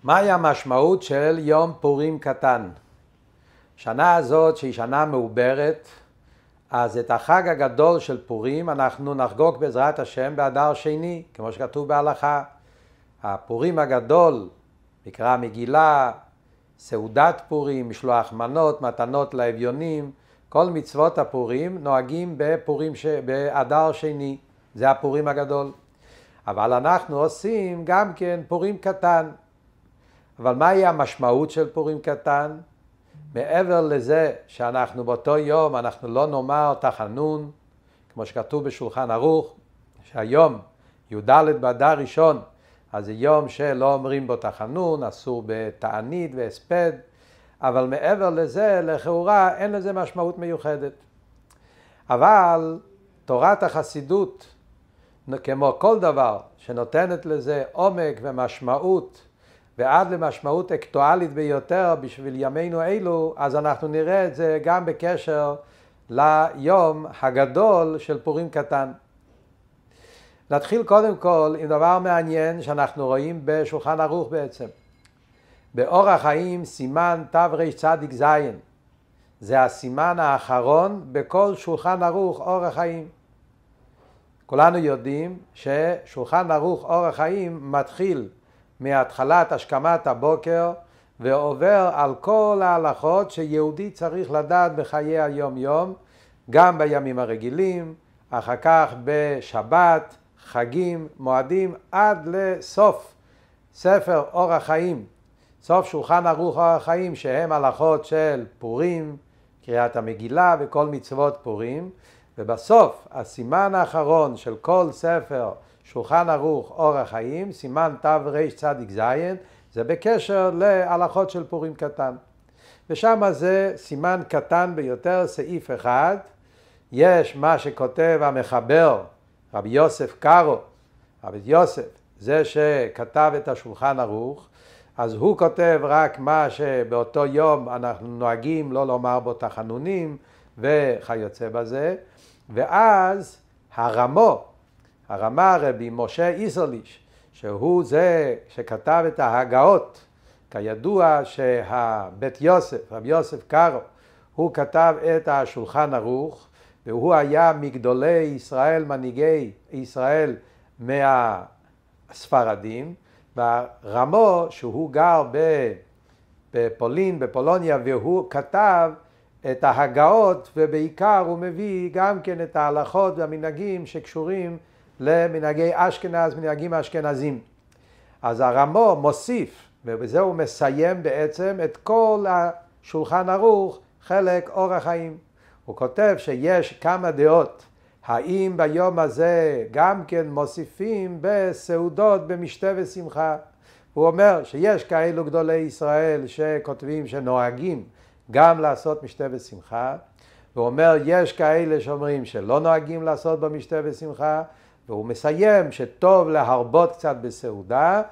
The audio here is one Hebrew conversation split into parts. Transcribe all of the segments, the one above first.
מהי המשמעות של יום פורים קטן? שנה הזאת שהיא שנה מעוברת, אז את החג הגדול של פורים אנחנו נחגוג בעזרת השם באדר שני, כמו שכתוב בהלכה. הפורים הגדול נקרא מגילה, סעודת פורים, משלוח מנות, מתנות לאביונים, כל מצוות הפורים נוהגים באדר שני, זה הפורים הגדול. אבל אנחנו עושים גם כן פורים קטן. אבל מהי המשמעות של פורים קטן? מעבר לזה שאנחנו באותו יום אנחנו לא נאמר תחנון, כמו שכתוב בשולחן ערוך, שהיום י"ד באדר ראשון, אז זה יום שלא אומרים בו תחנון, אסור בתענית והספד, אבל מעבר לזה, לכאורה, אין לזה משמעות מיוחדת. אבל תורת החסידות, כמו כל דבר שנותנת לזה עומק ומשמעות, ועד למשמעות אקטואלית ביותר בשביל ימינו אלו, אז אנחנו נראה את זה גם בקשר ליום הגדול של פורים קטן. נתחיל קודם כל עם דבר מעניין שאנחנו רואים בשולחן ערוך בעצם. באורח חיים סימן תרצ"ז, זה הסימן האחרון בכל שולחן ערוך אורח חיים. כולנו יודעים ששולחן ערוך אורח חיים מתחיל מהתחלת השכמת הבוקר ועובר על כל ההלכות שיהודי צריך לדעת בחיי היום יום, גם בימים הרגילים, אחר כך בשבת, חגים, מועדים, עד לסוף ספר אורח חיים, סוף שולחן ערוך אורח חיים, שהם הלכות של פורים, קריאת המגילה וכל מצוות פורים, ובסוף הסימן האחרון של כל ספר שולחן ערוך אורח חיים, סימן תרצ"ז, זה בקשר להלכות של פורים קטן. ושם זה סימן קטן ביותר, סעיף אחד. יש מה שכותב המחבר, רבי יוסף קארו, רבי יוסף, זה שכתב את השולחן ערוך, אז הוא כותב רק מה שבאותו יום אנחנו נוהגים לא לומר בו תחנונים וכיוצא בזה, ואז הרמה רבי משה איסרליש, שהוא זה שכתב את ההגאות, כידוע שהבית יוסף, רבי יוסף קארו, הוא כתב את השולחן ערוך, והוא היה מגדולי ישראל, מנהיגי ישראל מהספרדים, ברמו שהוא גר בפולוניה, והוא כתב את ההגאות, ובעיקר הוא מביא גם כן את ההלכות והמנהגים שקשורים למנהגי אשכנז, מנהגים אשכנזים. אז הרמו מוסיף, ובזה הוא מסיים בעצם את כל השולחן ערוך, חלק אורח חיים. הוא כותב שיש כמה דעות, האם ביום הזה גם כן מוסיפים בסעודות, במשתה ושמחה. הוא אומר שיש כאלו גדולי ישראל שכותבים שנוהגים גם לעשות משתה ושמחה, והוא אומר יש כאלה שאומרים שלא נוהגים לעשות במשתה ושמחה, והוא מסיים שטוב להרבות קצת בסעודה,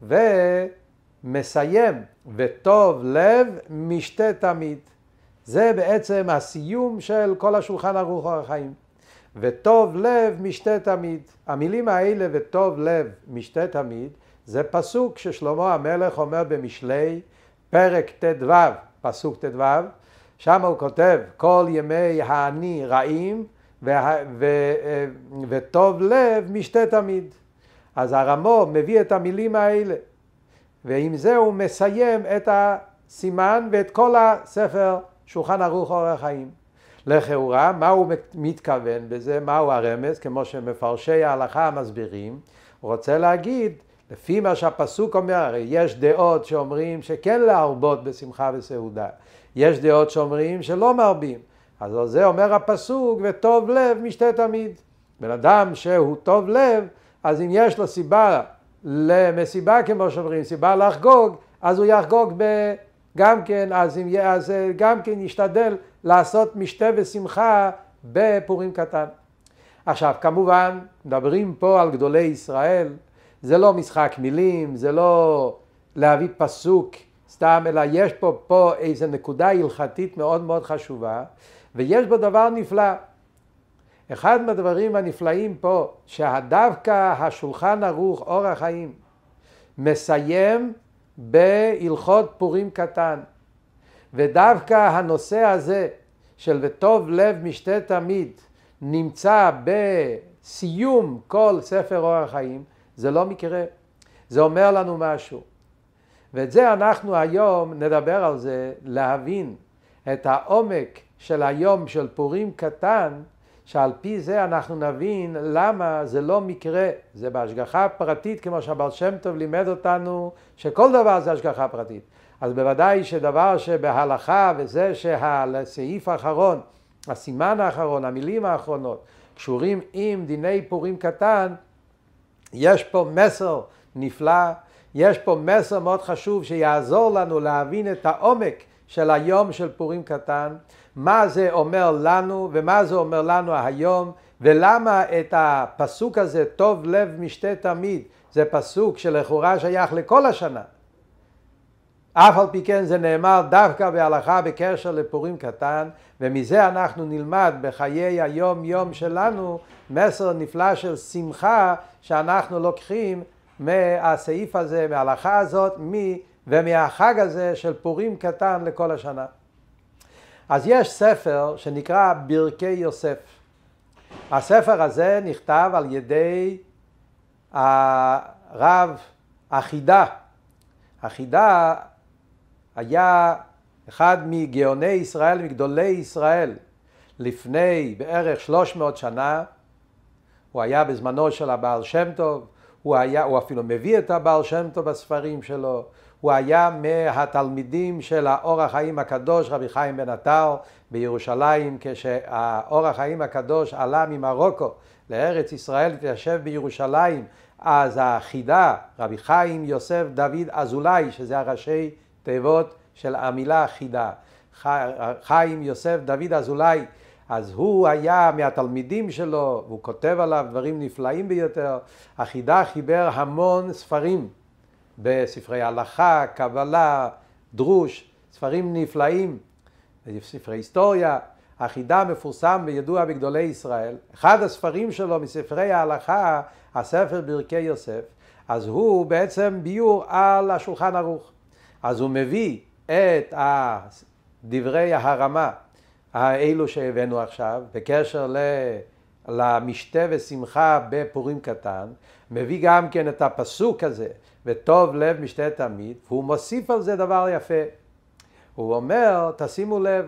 ומסיים וטוב לב משתה תמיד. זה בעצם הסיום של כל השולחן ערוך אורח חיים. וטוב לב משתה תמיד. המילים האלה וטוב לב משתה תמיד, זה פסוק ששלמה המלך אומר במשלי, פרק ט"ו, פסוק ט"ו, שם הוא כותב כל ימי העני רעים, וטוב לב משתה תמיד. אז הרמו מביא את המילים האלה, ועם זה הוא מסיים את הסימן ואת כל הספר שולחן ערוך אורח חיים. לכאורה, מה הוא מתכוון בזה? מהו הרמז? כמו שמפרשי ההלכה מסבירים, הוא רוצה להגיד, לפי מה שהפסוק אומר, הרי יש דעות שאומרים שכן להרבות בשמחה וסעודה, יש דעות שאומרים שלא מרבים, אז על זה אומר הפסוק, וטוב לב משתה תמיד. בן אדם שהוא טוב לב, אז אם יש לו סיבה למסיבה, כמו שאומרים, סיבה לחגוג, אז הוא יחגוג גם כן, אז גם כן ישתדל לעשות משתה ושמחה בפורים קטן. עכשיו, כמובן, מדברים פה על גדולי ישראל, זה לא משחק מילים, זה לא להביא פסוק סתם, אלא יש פה איזו נקודה הלכתית מאוד מאוד חשובה, ויש בו דבר נפלא. אחד מהדברים הנפלאים פה, שהדווקא השולחן ערוך אורח חיים מסיים בהלכות פורים קטן. ודווקא הנושא הזה של וטוב לב משתה תמיד נמצא בסיום כל ספר אורח חיים, זה לא מקרה. זה אומר לנו משהו. ואת זה אנחנו היום נדבר על זה, להבין את העומק של היום של פורים קטן, שעל פי זה אנחנו נבין למה זה לא מקרה. זה בהשגחה פרטית, כמו שהבעל שם טוב לימד אותנו, שכל דבר זה השגחה פרטית. אז בוודאי שדבר שבהלכה, וזה שהסעיף האחרון, הסימן האחרון, המילים האחרונות, קשורים עם דיני פורים קטן, יש פה מסר נפלא, יש פה מסר מאוד חשוב שיעזור לנו להבין את העומק של היום של פורים קטן, מה זה אומר לנו ומה זה אומר לנו היום, ולמה את הפסוק הזה, טוב לב משתה תמיד, זה פסוק שלכאורה שייך לכל השנה. אף על פי כן זה נאמר דווקא בהלכה בקשר לפורים קטן, ומזה אנחנו נלמד בחיי היום יום שלנו מסר נפלא של שמחה שאנחנו לוקחים מהסעיף הזה, מההלכה הזאת, ומהחג הזה של פורים קטן לכל השנה. אז יש ספר שנקרא ברכי יוסף. הספר הזה נכתב על ידי הרב אחידה. אחידה היה אחד מגאוני ישראל, מגדולי ישראל, לפני בערך 300 שנה. הוא היה בזמנו של הבעל שם טוב, הוא אפילו מביא את הבעל שם טוב בספרים שלו. הוא היה מהתלמידים של האור החיים הקדוש, רבי חיים בן עטר, בירושלים, כשהאור החיים הקדוש עלה ממרוקו לארץ ישראל, התיישב בירושלים, אז החידה, רבי חיים יוסף דוד אזולאי, שזה הראשי תיבות של המילה חידה, חיים יוסף דוד אזולאי, אז הוא היה מהתלמידים שלו, והוא כותב עליו דברים נפלאים ביותר. החידה חיבר המון ספרים, בספרי הלכה, קבלה, דרוש, ספרים נפלאים, ספרי היסטוריה. החידה מפורסם וידוע בגדולי ישראל. אחד הספרים שלו מספרי ההלכה, הספר ברכי יוסף, אז הוא בעצם ביור על השולחן ערוך. אז הוא מביא את דברי הרמה האלו שהבאנו עכשיו, בקשר למשתה ושמחה בפורים קטן, מביא גם כן את הפסוק הזה, וטוב לב משתה תמיד, והוא מוסיף על זה דבר יפה. הוא אומר, תשימו לב,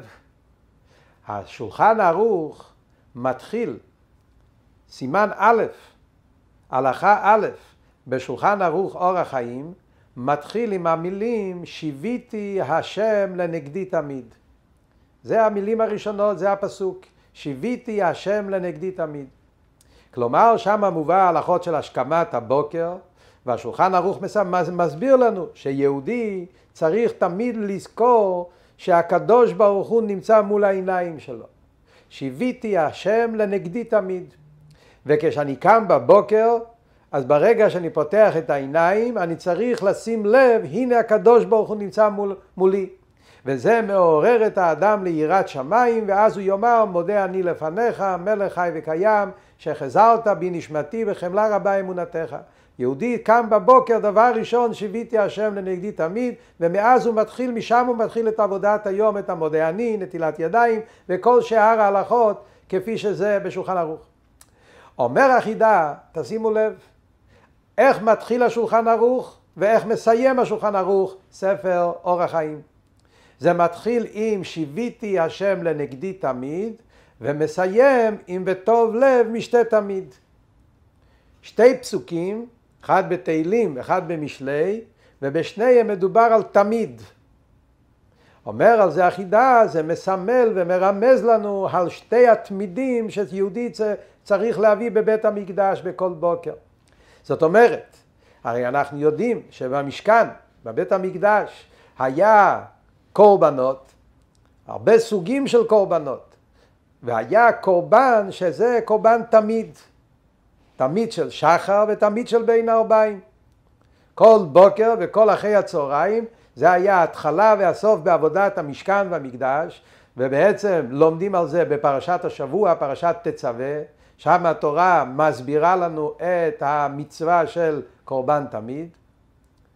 השולחן ערוך מתחיל, סימן א', הלכה א', בשולחן ערוך אור החיים, מתחיל עם המילים, שיוויתי השם לנגדי תמיד. זה המילים הראשונות, זה הפסוק, שיוויתי השם לנגדי תמיד. כלומר, שם מובא ההלכות של השכמת הבוקר, והשולחן ערוך מסביר לנו שיהודי צריך תמיד לזכור שהקדוש ברוך הוא נמצא מול העיניים שלו. שיוויתי השם לנגדי תמיד. וכשאני קם בבוקר, אז ברגע שאני פותח את העיניים, אני צריך לשים לב, הנה הקדוש ברוך הוא נמצא מולי. וזה מעורר את האדם ליראת שמיים, ואז הוא יאמר, מודה אני לפניך, מלך חי וקיים, שחזרת בי נשמתי בחמלה רבה אמונתך. יהודי קם בבוקר, דבר ראשון, שיוויתי השם לנגדי תמיד, ומאז הוא מתחיל, משם הוא מתחיל את עבודת היום, את המודה אני, נטילת ידיים, וכל שאר ההלכות, כפי שזה בשולחן ערוך. אומר החידה, תשימו לב, איך מתחיל השולחן ערוך, ואיך מסיים השולחן ערוך, ספר אור החיים. זה מתחיל עם שיוויתי השם לנגדי תמיד, ומסיים עם בטוב לב משתה תמיד. שתי פסוקים, אחד בתהילים, אחד במשלי, ובשניהם מדובר על תמיד. אומר על זה החידה, זה מסמל ומרמז לנו על שתי התמידים שיהודי צריך להביא בבית המקדש בכל בוקר. זאת אומרת, הרי אנחנו יודעים שבמשכן, בבית המקדש, היה קורבנות, הרבה סוגים של קורבנות, והיה קורבן שזה קורבן תמיד, תמיד של שחר ותמיד של בין הערביים. כל בוקר וכל אחרי הצהריים זה היה ההתחלה והסוף בעבודת המשכן והמקדש, ובעצם לומדים על זה בפרשת השבוע, פרשת תצווה, שם התורה מסבירה לנו את המצווה של קורבן תמיד.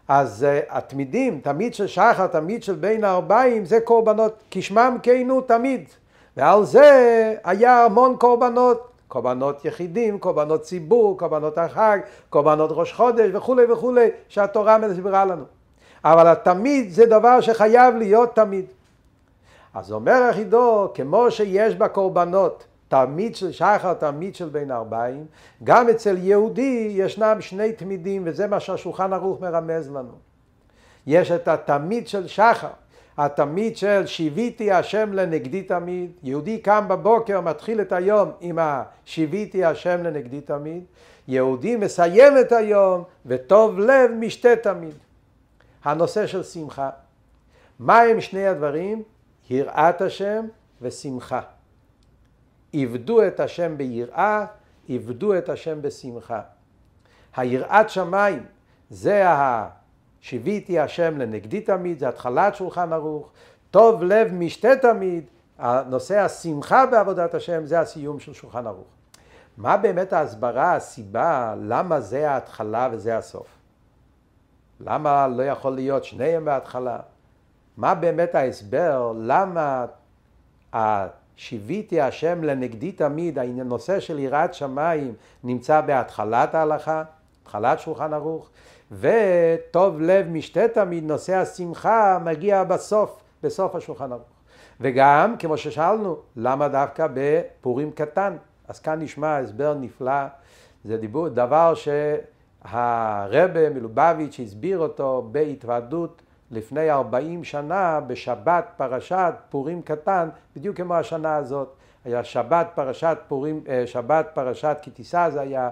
אז התמידים, תמיד של שחר, תמיד של בין הארבעים, זה קורבנות, כשמם כנו תמיד. ועל זה היה המון קורבנות, קורבנות יחידים, קורבנות ציבור, קורבנות החג, קורבנות ראש חודש וכולי וכולי, שהתורה מסבירה לנו. אבל התמיד זה דבר שחייב להיות תמיד. אז אומר החידו, כמו שיש בקורבנות, תמיד של שחר, תמיד של בין הארבעים, גם אצל יהודי ישנם שני תמידים, וזה מה שהשולחן ערוך מרמז לנו. יש את התמיד של שחר, התמיד של שיביתי השם לנגדי תמיד. יהודי קם בבוקר, מתחיל את היום עם השיביתי השם לנגדי תמיד. יהודי מסיים את היום, וטוב לב משתה תמיד. הנושא של שמחה. מה הם שני הדברים? יראת השם ושמחה. עבדו את השם ביראה, עבדו את השם בשמחה. היראת שמיים זה שיביתי השם לנגדי תמיד, זה התחלת שולחן ערוך. טוב לב משתה תמיד, הנושא השמחה בעבודת השם, זה הסיום של שולחן ערוך. מה באמת ההסברה, הסיבה, למה זה ההתחלה וזה הסוף? למה לא יכול להיות שניהם בהתחלה? מה באמת ההסבר, למה שיביתי השם לנגדי תמיד, הנושא של יראת שמיים נמצא בהתחלת ההלכה, התחלת שולחן ערוך, וטוב לב משתה תמיד, נושא השמחה מגיע בסוף השולחן ערוך. וגם, כמו ששאלנו, למה דווקא בפורים קטן? אז כאן נשמע הסבר נפלא, זה דבר שהרבא מלובביץ' הסביר אותו בהתוועדות לפני 40 שנה בשבת פרשת פורים קטן, בדיוק כמו השנה הזאת. היה שבת פרשת פורים, שבת פרשת כי תישא זה היה,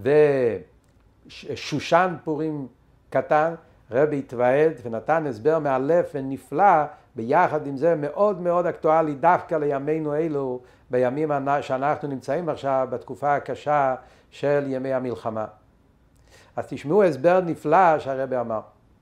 ושושן פורים קטן. רבי התוועד ונתן הסבר מאלף ונפלא, ביחד עם זה מאוד מאוד אקטואלי דווקא לימינו אלו, בימים שאנחנו נמצאים עכשיו בתקופה הקשה של ימי המלחמה. אז תשמעו הסבר נפלא שהרבי אמר.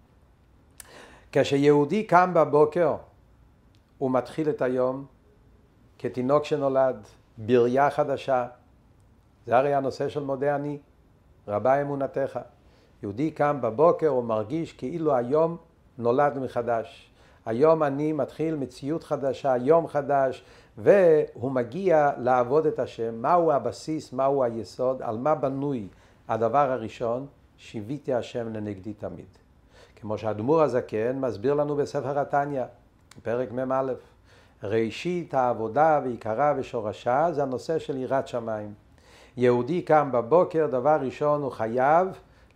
כשיהודי קם בבוקר, הוא מתחיל את היום כתינוק שנולד, בריה חדשה. זה הרי הנושא של מודה אני, רבה אמונתך. יהודי קם בבוקר, הוא מרגיש כאילו היום נולד מחדש. היום אני מתחיל מציאות חדשה, יום חדש, והוא מגיע לעבוד את השם. מהו הבסיס, מהו היסוד, על מה בנוי הדבר הראשון? שיביתי השם לנגדי תמיד. כמו שהאדמו"ר הזקן מסביר לנו בספר התניא, פרק מ"א, ראשית העבודה ועיקרה ושורשה זה הנושא של יראת שמיים. יהודי קם בבוקר, דבר ראשון הוא חייב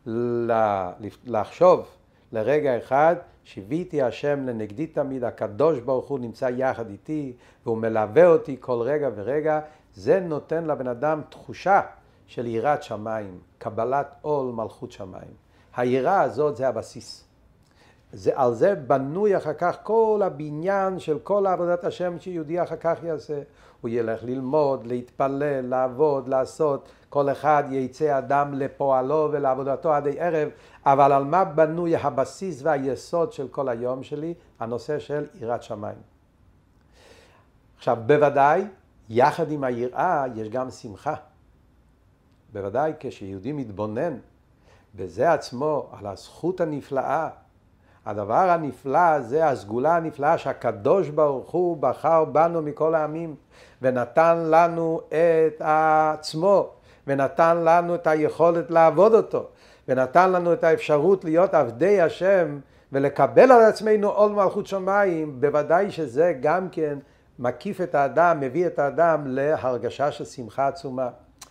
לחשוב לרגע אחד, שיביתי השם לנגדי תמיד, הקדוש ברוך הוא נמצא יחד איתי והוא מלווה אותי כל רגע ורגע. זה נותן לבן אדם תחושה של יראת שמיים, קבלת עול מלכות שמיים. היראה הזאת זה הבסיס. על זה בנוי אחר כך כל הבניין של כל עבודת השם שיהודי אחר כך יעשה. הוא ילך ללמוד, להתפלל, לעבוד, לעשות. כל אחד יצא אדם לפועלו ולעבודתו עד ערב. אבל על מה בנוי הבסיס והיסוד של כל היום שלי? הנושא של יראת שמיים. עכשיו בוודאי, יחד עם היראה יש גם שמחה. בוודאי כשיהודי מתבונן בזה עצמו, על הזכות הנפלאה, הדבר הנפלא זה הסגולה הנפלאה שהקדוש ברוך הוא בחר בנו מכל העמים ונתן לנו את עצמו ונתן לנו את היכולת לעבוד אותו ונתן לנו את האפשרות להיות עבדי השם ולקבל על עצמנו עול מלכות שמיים. בוודאי שזה גם כן מקיף את האדם, מביא את האדם להרגשה של שמחה עצומה.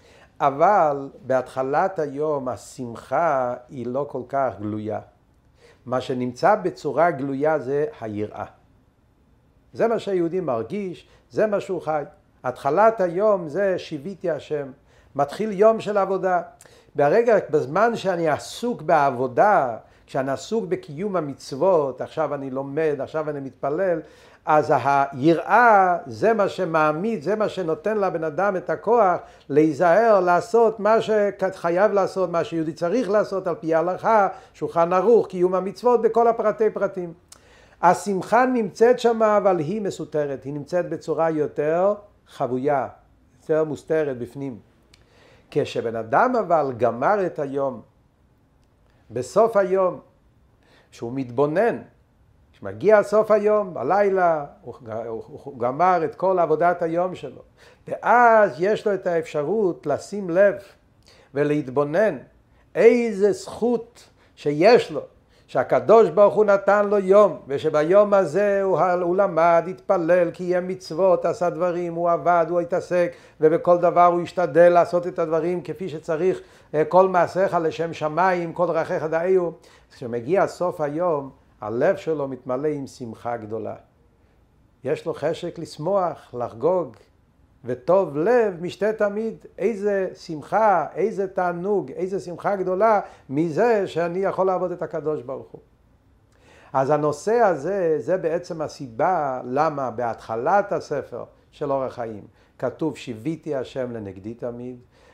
אבל בהתחלת היום השמחה היא לא כל כך גלויה. מה שנמצא בצורה גלויה זה היראה. זה מה שהיהודי מרגיש, זה מה שהוא חי. התחלת היום זה שיביתי השם. מתחיל יום של עבודה. בזמן שאני עסוק בעבודה, כשאני עסוק בקיום המצוות, עכשיו אני לומד, עכשיו אני מתפלל, אז היראה זה מה שמעמיד, זה מה שנותן לבן אדם את הכוח להיזהר, לעשות מה שחייב לעשות, מה שיהודי צריך לעשות על פי ההלכה, שולחן ערוך, קיום המצוות בכל הפרטי פרטים. השמחה נמצאת שם, אבל היא מסותרת, היא נמצאת בצורה יותר חבויה, יותר מוסתרת בפנים. כשבן אדם אבל גמר את היום, בסוף היום, שהוא מתבונן, כשמגיע סוף היום, בלילה, הוא גמר את כל עבודת היום שלו, ואז יש לו את האפשרות לשים לב ולהתבונן איזה זכות שיש לו, שהקדוש ברוך הוא נתן לו יום, ושביום הזה הוא למד, התפלל, קיים מצוות, עשה דברים, הוא עבד, הוא התעסק, ובכל דבר הוא השתדל לעשות את הדברים כפי שצריך, כל מעשיך לשם שמיים, כל דרכיך דאהו. כשמגיע סוף היום, הלב שלו מתמלא עם שמחה גדולה. יש לו חשק לשמוח, לחגוג, וטוב לב משתה תמיד. איזה שמחה, איזה תענוג, איזה שמחה גדולה מזה שאני יכול לעבוד את הקדוש ברוך הוא. אז הנושא הזה, זה בעצם הסיבה למה בהתחלת הספר של אורח חיים כתוב שיוויתי השם לנגדי תמיד.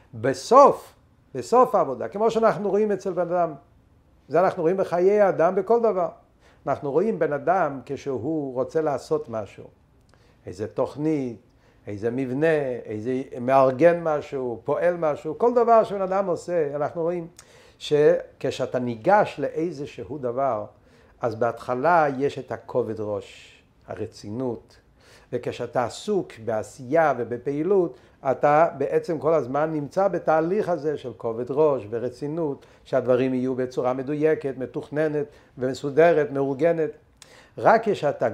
בסוף העבודה, כמו שאנחנו רואים אצל בן אדם, זה אנחנו רואים בחיי האדם בכל דבר. אנחנו רואים בן אדם כשהוא רוצה לעשות משהו, איזה תוכנית, איזה מבנה, איזה מארגן משהו, פועל משהו, כל דבר שבן אדם עושה, אנחנו רואים שכשאתה ניגש לאיזשהו דבר, אז בהתחלה יש את הכובד ראש, הרצינות, וכשאתה עסוק בעשייה ובפעילות, אתה בעצם כל הזמן נמצא בתהליך הזה של כובד ראש ורצינות, שהדברים יהיו בצורה מדויקת, מתוכננת ומסודרת, מאורגנת. רק כשאתה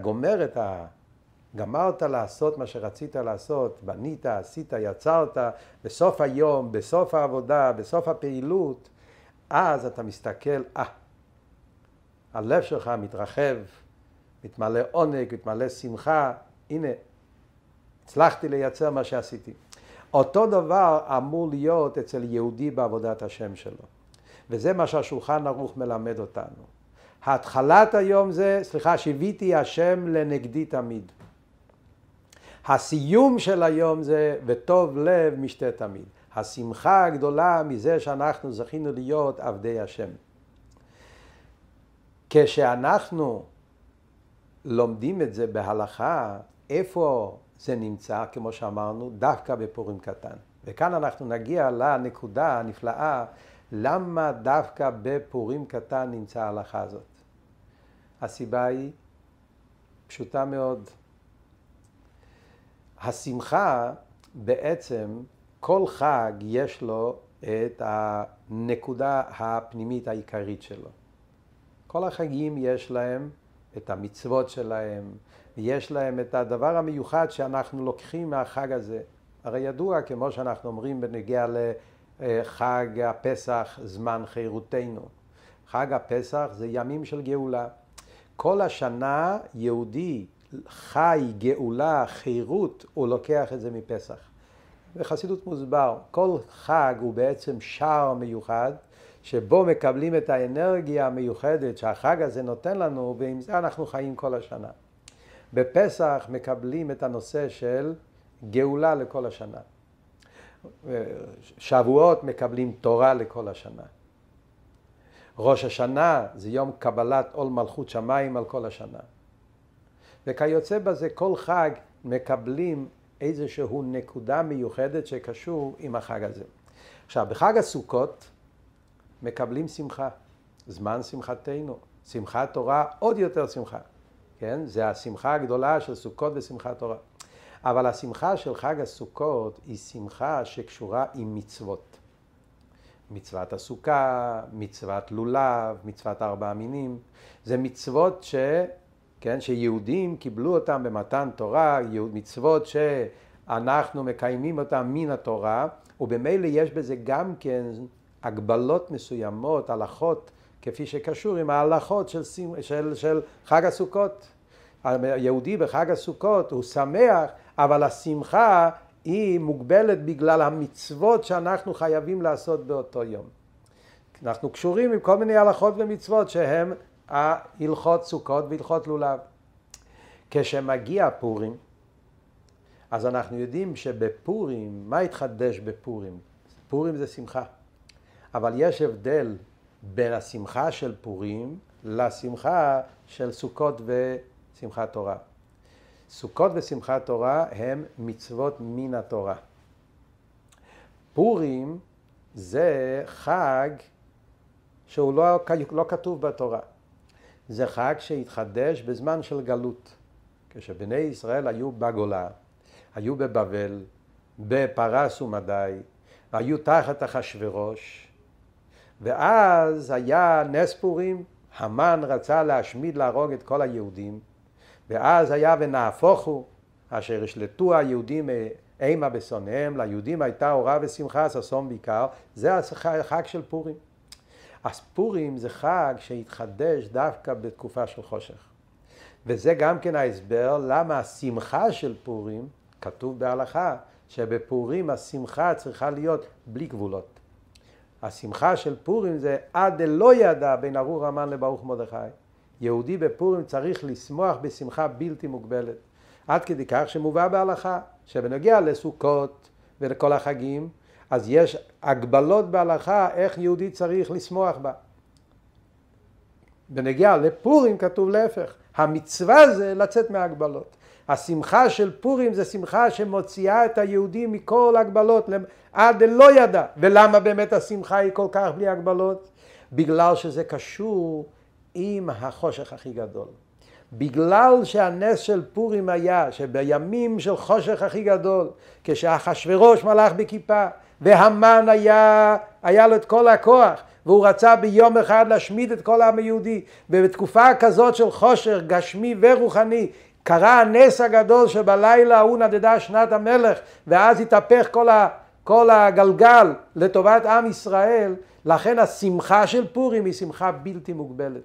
גמרת לעשות מה שרצית לעשות, בנית, עשית, יצרת, בסוף היום, בסוף העבודה, בסוף הפעילות, אז אתה מסתכל, הלב שלך מתרחב, מתמלא עונג, מתמלא שמחה, הנה, הצלחתי לייצר מה שעשיתי. אותו דבר אמור להיות אצל יהודי בעבודת השם שלו. וזה מה שהשולחן ערוך מלמד אותנו. התחלת היום זה, שיוויתי השם לנגדי תמיד. הסיום של היום זה וטוב לב משתה תמיד. השמחה הגדולה מזה שאנחנו זכינו להיות עבדי השם. כשאנחנו לומדים את זה בהלכה, איפה זה נמצא, כמו שאמרנו, דווקא בפורים קטן. וכאן אנחנו נגיע לנקודה הנפלאה, למה דווקא בפורים קטן נמצא ההלכה הזאת. הסיבה היא פשוטה מאוד. השמחה בעצם, כל חג יש לו את הנקודה הפנימית העיקרית שלו. כל החגים יש להם את המצוות שלהם, יש להם את הדבר המיוחד שאנחנו לוקחים מהחג הזה. הרי ידוע, כמו שאנחנו אומרים בנגיע לחג הפסח, זמן חירותנו. חג הפסח זה ימים של גאולה. כל השנה יהודי חי גאולה, חירות, הוא לוקח את זה מפסח. בחסידות מוסבר, כל חג הוא בעצם שער מיוחד, שבו מקבלים את האנרגיה המיוחדת שהחג הזה נותן לנו, ועם זה אנחנו חיים כל השנה. בפסח מקבלים את הנושא של גאולה לכל השנה. שבועות מקבלים תורה לכל השנה. ראש השנה זה יום קבלת עול מלכות שמיים על כל השנה. וכיוצא בזה כל חג מקבלים איזשהו נקודה מיוחדת שקשור עם החג הזה. עכשיו, בחג הסוכות מקבלים שמחה, זמן שמחתנו, שמחת תורה, עוד יותר שמחה. כן? זה השמחה הגדולה של סוכות ושמחת תורה. אבל השמחה של חג הסוכות היא שמחה שקשורה עם מצוות. מצוות הסוכה, מצוות לולב, מצוות 4 המינים. זה מצוות שיהודים קיבלו אותם במתן תורה, מצוות שאנחנו מקיימים אותם מן התורה, ובמילא יש בזה גם כן הגבלות מסוימות, הלכות, כפי שקשור עם ההלכות של חג הסוכות. היהודי בחג הסוכות הוא שמח, אבל השמחה היא מוגבלת בגלל המצוות שאנחנו חייבים לעשות באותו יום. אנחנו קשורים עם כל מיני הלכות ומצוות שהם ההלכות סוכות והלכות לולב. כשמגיע פורים, אז אנחנו יודעים שבפורים, מה התחדש בפורים? פורים זה שמחה. אבל יש הבדל בין השמחה של פורים לשמחה של סוכות ושמחת תורה. סוכות ושמחת תורה הם מצוות מן התורה. פורים זה חג שהוא לא כתוב בתורה. זה חג שהתחדש בזמן של גלות. כשבני ישראל היו בגולה, היו בבבל, בפרס ומדי, והיו תחת אחשוורוש, ואז היה נס פורים, המן רצה להשמיד, להרוג את כל היהודים, ואז היה ונהפוכו, אשר השלטו היהודים אימה בשונאיהם, ליהודים הייתה אורה ושמחה, ששון ויקר, זה החג של פורים. אז פורים זה חג שהתחדש דווקא בתקופה של חושך. וזה גם כן ההסבר למה השמחה של פורים, כתוב בהלכה, שבפורים השמחה צריכה להיות בלי גבולות. השמחה של פורים זה עד לא ידע בין ארור המן לברוך מרדכי. יהודי בפורים צריך לשמוח בשמחה בלתי מוגבלת. עד כדי כך שמובא בהלכה, שבנוגע לסוכות ולכל החגים, אז יש הגבלות בהלכה איך יהודי צריך לשמוח בה. בנוגע לפורים כתוב להפך, המצווה זה לצאת מההגבלות. השמחה של פורים זה שמחה שמוציאה את היהודים מכל הגבלות עד לא ידע. ולמה באמת השמחה היא כל כך בלי הגבלות? בגלל שזה קשור עם החושך הכי גדול. בגלל שהנס של פורים היה שבימים של חושך הכי גדול, כשאחשוורוש מלך בכיפה והמן היה לו את כל הכוח, והוא רצה ביום אחד להשמיד את כל העם היהודי, ובתקופה כזאת של חושך גשמי ורוחני קרה הנס הגדול שבלילה הוא נדדה שנת המלך, ואז התהפך כל הגלגל לטובת עם ישראל. לכן השמחה של פורים היא שמחה בלתי מוגבלת.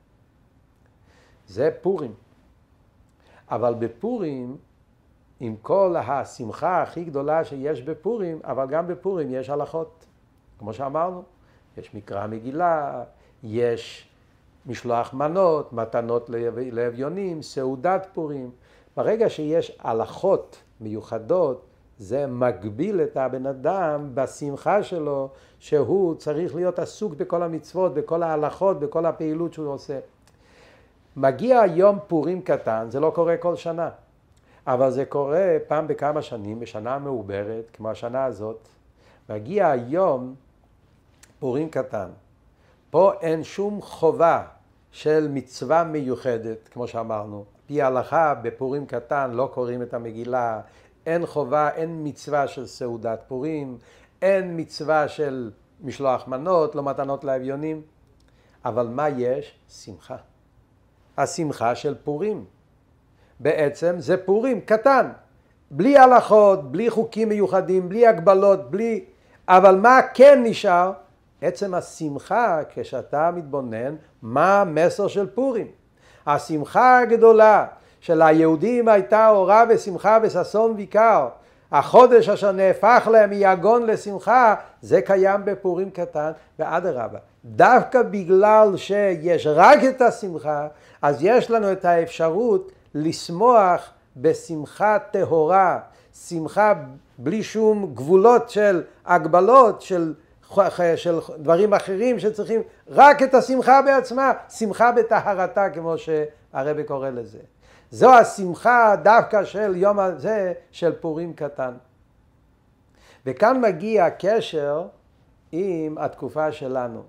זה פורים. אבל בפורים, עם כל השמחה הכי גדולה שיש בפורים, אבל גם בפורים יש הלכות. כמו שאמרנו, יש מקרא מגילה, יש משלוח מנות, מתנות לאביונים, סעודת פורים. ברגע שיש הלכות מיוחדות, זה מגביל את הבן אדם בשמחה שלו, שהוא צריך להיות עסוק בכל המצוות, בכל ההלכות, בכל הפעילות שהוא עושה. מגיע יום פורים קטן, זה לא קורה כל שנה, אבל זה קורה פעם בכמה שנים, בשנה מעוברת, כמו השנה הזאת. מגיע יום פורים קטן. פה אין שום חובה של מצווה מיוחדת, כמו שאמרנו. פי ההלכה בפורים קטן לא קוראים את המגילה, אין חובה, אין מצווה של סעודת פורים, אין מצווה של משלוח מנות, לא מתנות לאביונים. אבל מה יש? שמחה. השמחה של פורים. בעצם זה פורים קטן, בלי הלכות, בלי חוקים מיוחדים, בלי הגבלות, בלי... אבל מה כן נשאר? עצם השמחה, כשאתה מתבונן, מה המסר של פורים? השמחה הגדולה של היהודים הייתה אורה ושמחה וששון ויקר. החודש אשר נהפך להם מיגון לשמחה, זה קיים בפורים קטן, ואדרבה. דווקא בגלל שיש רק את השמחה, אז יש לנו את האפשרות לשמוח בשמחה טהורה, שמחה בלי שום גבולות של הגבלות, של דברים אחרים שצריכים, רק את השמחה בעצמה, שמחה בטהרתה כמו שהרבי קורא לזה. זו השמחה דווקא של יום הזה של פורים קטן. וכאן מגיע הקשר עם התקופה שלנו.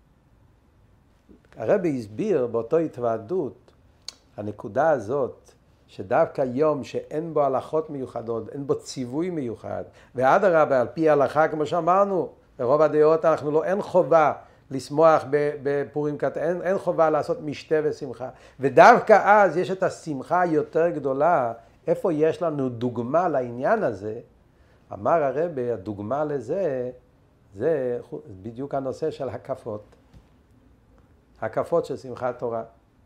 הרבי הסביר באותו התוועדות, הנקודה הזאת, שדווקא יום שאין בו הלכות מיוחדות, אין בו ציווי מיוחד, ואדרבה על פי ההלכה כמו שאמרנו, ברוב הדעות אין חובה לשמוח בפורים קטן, אין חובה לעשות משתה ושמחה. ודווקא אז יש את השמחה היותר גדולה. איפה יש לנו דוגמה לעניין הזה? אמר הרבי, הדוגמה לזה, זה בדיוק הנושא של הקפות. הקפות של שמחת תורה.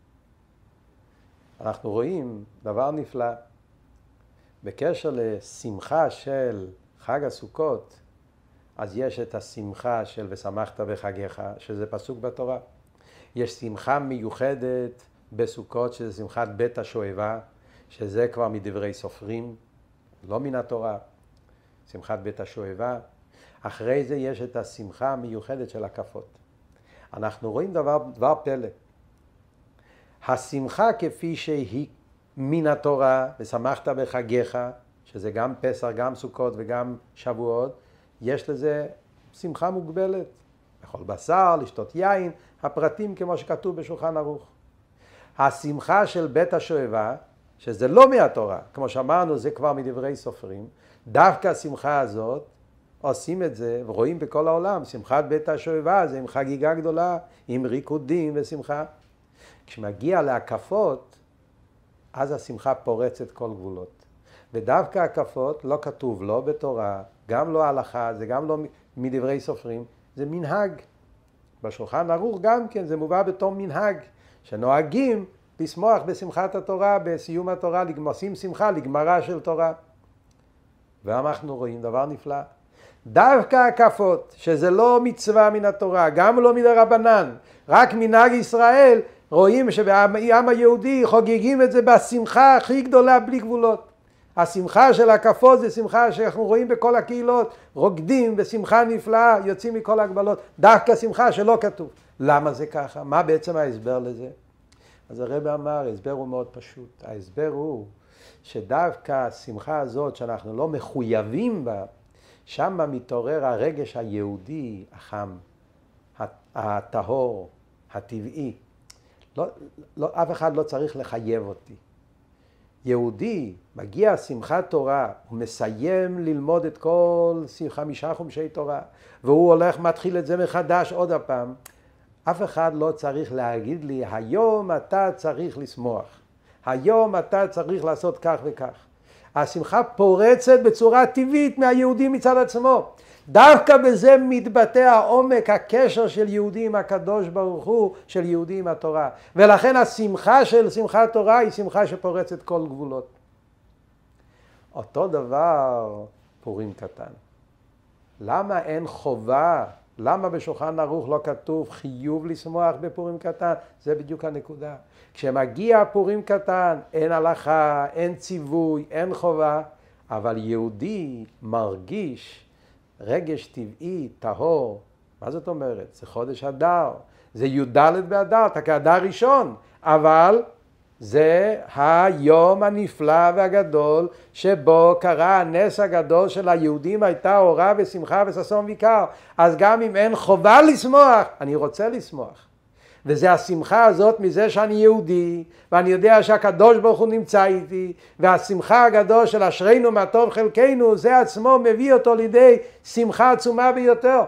אנחנו רואים דבר נפלא. בקשר לשמחה של חג הסוכות, אז יש את השמחה של ושמחת בחגיך, שזה פסוק בתורה. יש שמחה מיוחדת בסוכות, שזה שמחת בית השואבה, שזה כבר מדברי סופרים, לא מן התורה. שמחת בית השואבה. אחרי זה יש את השמחה המיוחדת של הקפות. אנחנו רואים דבר פלא. השמחה כפי שהיא מן התורה, ושמחת בחגיך, שזה גם פסח, גם סוכות וגם שבועות, יש לזה שמחה מוגבלת. לאכול בשר, לשתות יין, הפרטים כמו שכתוב בשולחן ערוך. השמחה של בית השואבה, שזה לא מהתורה, כמו שאמרנו, זה כבר מדברי סופרים, דווקא השמחה הזאת, עושים את זה ורואים בכל העולם, שמחת בית השואבה זה עם חגיגה גדולה, עם ריקודים ושמחה. כשמגיע להקפות, אז השמחה פורצת כל גבולות. ודווקא הקפות לא כתוב לא בתורה, גם לא הלכה, זה גם לא מדברי סופרים, זה מנהג. בשולחן ערוך גם כן, זה מובא בתור מנהג, שנוהגים לשמוח בשמחת התורה, בסיום התורה, עושים שמחה לגמרה של תורה. ואנחנו רואים דבר נפלא. דווקא הקפות, שזה לא מצווה מן התורה, גם לא מדרבנן, רק מנהג ישראל, רואים שבעם היהודי חוגגים את זה בשמחה הכי גדולה בלי גבולות. השמחה של הקפות זה שמחה שאנחנו רואים בכל הקהילות, רוקדים בשמחה נפלאה, יוצאים מכל הגבלות, דווקא שמחה שלא כתוב. למה זה ככה? מה בעצם ההסבר לזה? אז הרב אמר, ההסבר הוא מאוד פשוט. ההסבר הוא שדווקא השמחה הזאת שאנחנו לא מחויבים בה, שם מתעורר הרגש היהודי החם, הטהור, הטבעי. אף אחד לא צריך לחייב אותי. יהודי מגיע שמחת תורה, הוא מסיים ללמוד את כל 5 חומשי תורה, והוא הולך מתחיל את זה מחדש עוד הפעם. אף אחד לא צריך להגיד לי, היום אתה צריך לשמוח, היום אתה צריך לעשות כך וכך. השמחה פורצת בצורה טבעית מהיהודי מצד עצמו. דווקא בזה מתבטא העומק, הקשר של יהודי עם הקדוש ברוך הוא, של יהודי עם התורה. ולכן השמחה של שמחת תורה היא שמחה שפורצת כל גבולות. אותו דבר פורים קטן. למה אין חובה? למה בשולחן ערוך לא כתוב חיוב לשמוח בפורים קטן? זה בדיוק הנקודה. כשמגיע פורים קטן, אין הלכה, אין ציווי, אין חובה, אבל יהודי מרגיש רגש טבעי, טהור. מה זאת אומרת? זה חודש אדר, זה י"ד באדר, אתה כאדר ראשון, אבל זה היום הנפלא והגדול שבו קרה הנס הגדול של היהודים, הייתה אורה ושמחה וששון ויקר. אז גם אם אין חובה לשמוח, אני רוצה לשמוח. וזה השמחה הזאת מזה שאני יהודי, ואני יודע שהקדוש ברוך הוא נמצא איתי, והשמחה הגדול של אשרינו מה טוב חלקנו, זה עצמו מביא אותו לידי שמחה עצומה ביותר.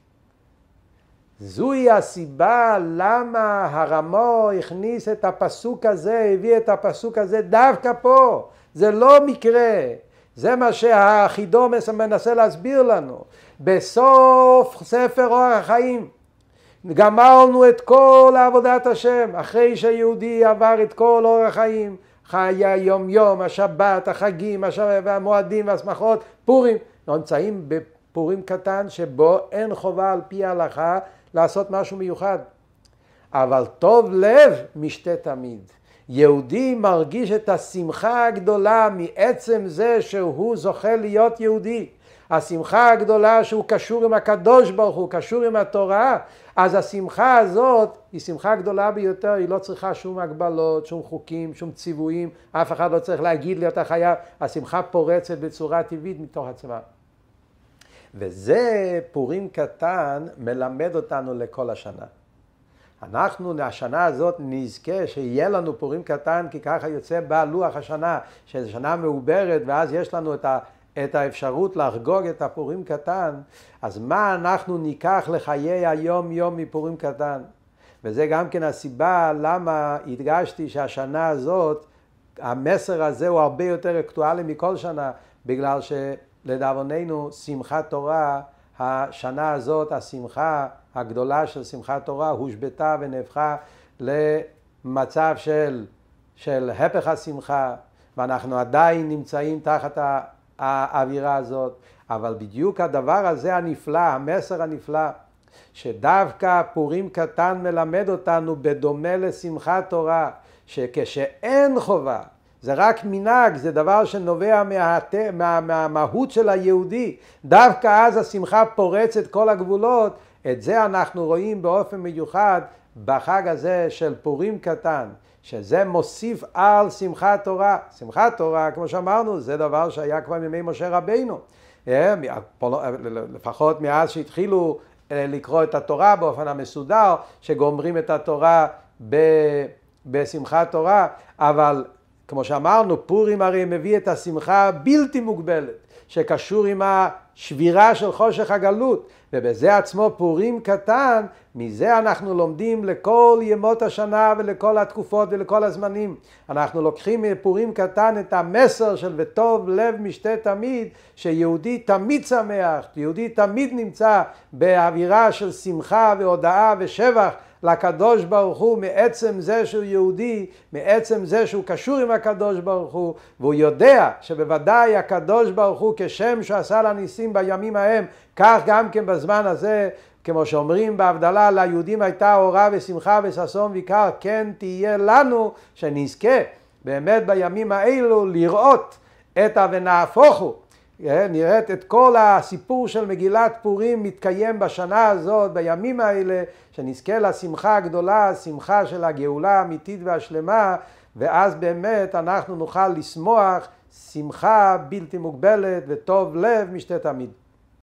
זוהי הסיבה למה הרמו הכניס את הפסוק הזה, הביא את הפסוק הזה דווקא פה. זה לא מקרה. זה מה שהחידו מנסה להסביר לנו. בסוף ספר אורח החיים, גמרנו את כל עבודת השם, אחרי שיהודי עבר את כל אורח החיים, חיי היום יום, השבת, החגים, המועדים והשמחות, פורים. נמצאים בפורים קטן שבו אין חובה על פי ההלכה לעשות משהו מיוחד. אבל טוב לב משתה תמיד. יהודי מרגיש את השמחה הגדולה מעצם זה שהוא זוכה להיות יהודי. השמחה הגדולה שהוא קשור עם הקדוש ברוך הוא, קשור עם התורה, אז השמחה הזאת היא שמחה גדולה ביותר, היא לא צריכה שום הגבלות, שום חוקים, שום ציוויים, אף אחד לא צריך להגיד לי אתה חייב, השמחה פורצת בצורה טבעית מתוך עצמה. וזה פורים קטן מלמד אותנו לכל השנה. אנחנו השנה הזאת נזכה שיהיה לנו פורים קטן, כי ככה יוצא בלוח השנה, שזו שנה מעוברת, ואז יש לנו את האפשרות לחגוג את הפורים קטן. אז מה אנחנו ניקח לחיי היום יום מפורים קטן? וזה גם כן הסיבה למה הדגשתי שהשנה הזאת, המסר הזה הוא הרבה יותר אקטואלי מכל שנה, בגלל שלדאבוננו שמחת תורה, השנה הזאת, השמחה הגדולה של שמחת תורה הושבתה ונהפכה למצב של הפך השמחה, ואנחנו עדיין נמצאים תחת האווירה הזאת. אבל בדיוק הדבר הזה הנפלא, המסר הנפלא, שדווקא פורים קטן מלמד אותנו בדומה לשמחת תורה, שכשאין חובה, זה רק מנהג, זה דבר שנובע מהמהות של היהודי, דווקא אז השמחה פורצת כל הגבולות. את זה אנחנו רואים באופן מיוחד בחג הזה של פורים קטן, שזה מוסיף על שמחת תורה. שמחת תורה, כמו שאמרנו, זה דבר שהיה כבר מימי משה רבינו, לפחות מאז שהתחילו לקרוא את התורה באופן המסודר, שגומרים את התורה בשמחת תורה, אבל כמו שאמרנו, פורים הרי מביא את השמחה בלתי מוגבלת, שקשור עם השבירה של חושך הגלות, ובזה עצמו פורים קטן, מזה אנחנו לומדים לכל ימות השנה ולכל התקופות ולכל הזמנים. אנחנו לוקחים מפורים קטן את המסר של וטוב לב משתה תמיד, שיהודי תמיד שמח, יהודי תמיד נמצא באווירה של שמחה והודאה ושבח לקדוש ברוך הוא, מעצם זה שהוא יהודי, מעצם זה שהוא קשור עם הקדוש ברוך הוא, והוא יודע שבוודאי הקדוש ברוך הוא כשם שעשה לניסים בימים ההם, כך גם כן בזמן הזה, כמו שאומרים בהבדלה, ליהודים הייתה אורה ושמחה וששון ויקר, כן תהיה לנו שנזכה באמת בימים האלו לראות את ונהפוכו, נראית את כל הסיפור של מגילת פורים מתקיים בשנה הזאת, בימים האלה, שנזכה לשמחה הגדולה, שמחה של הגאולה האמיתית והשלמה, ואז באמת אנחנו נוכל לשמוח שמחה בלתי מוגבלת וטוב לב משתה תמיד.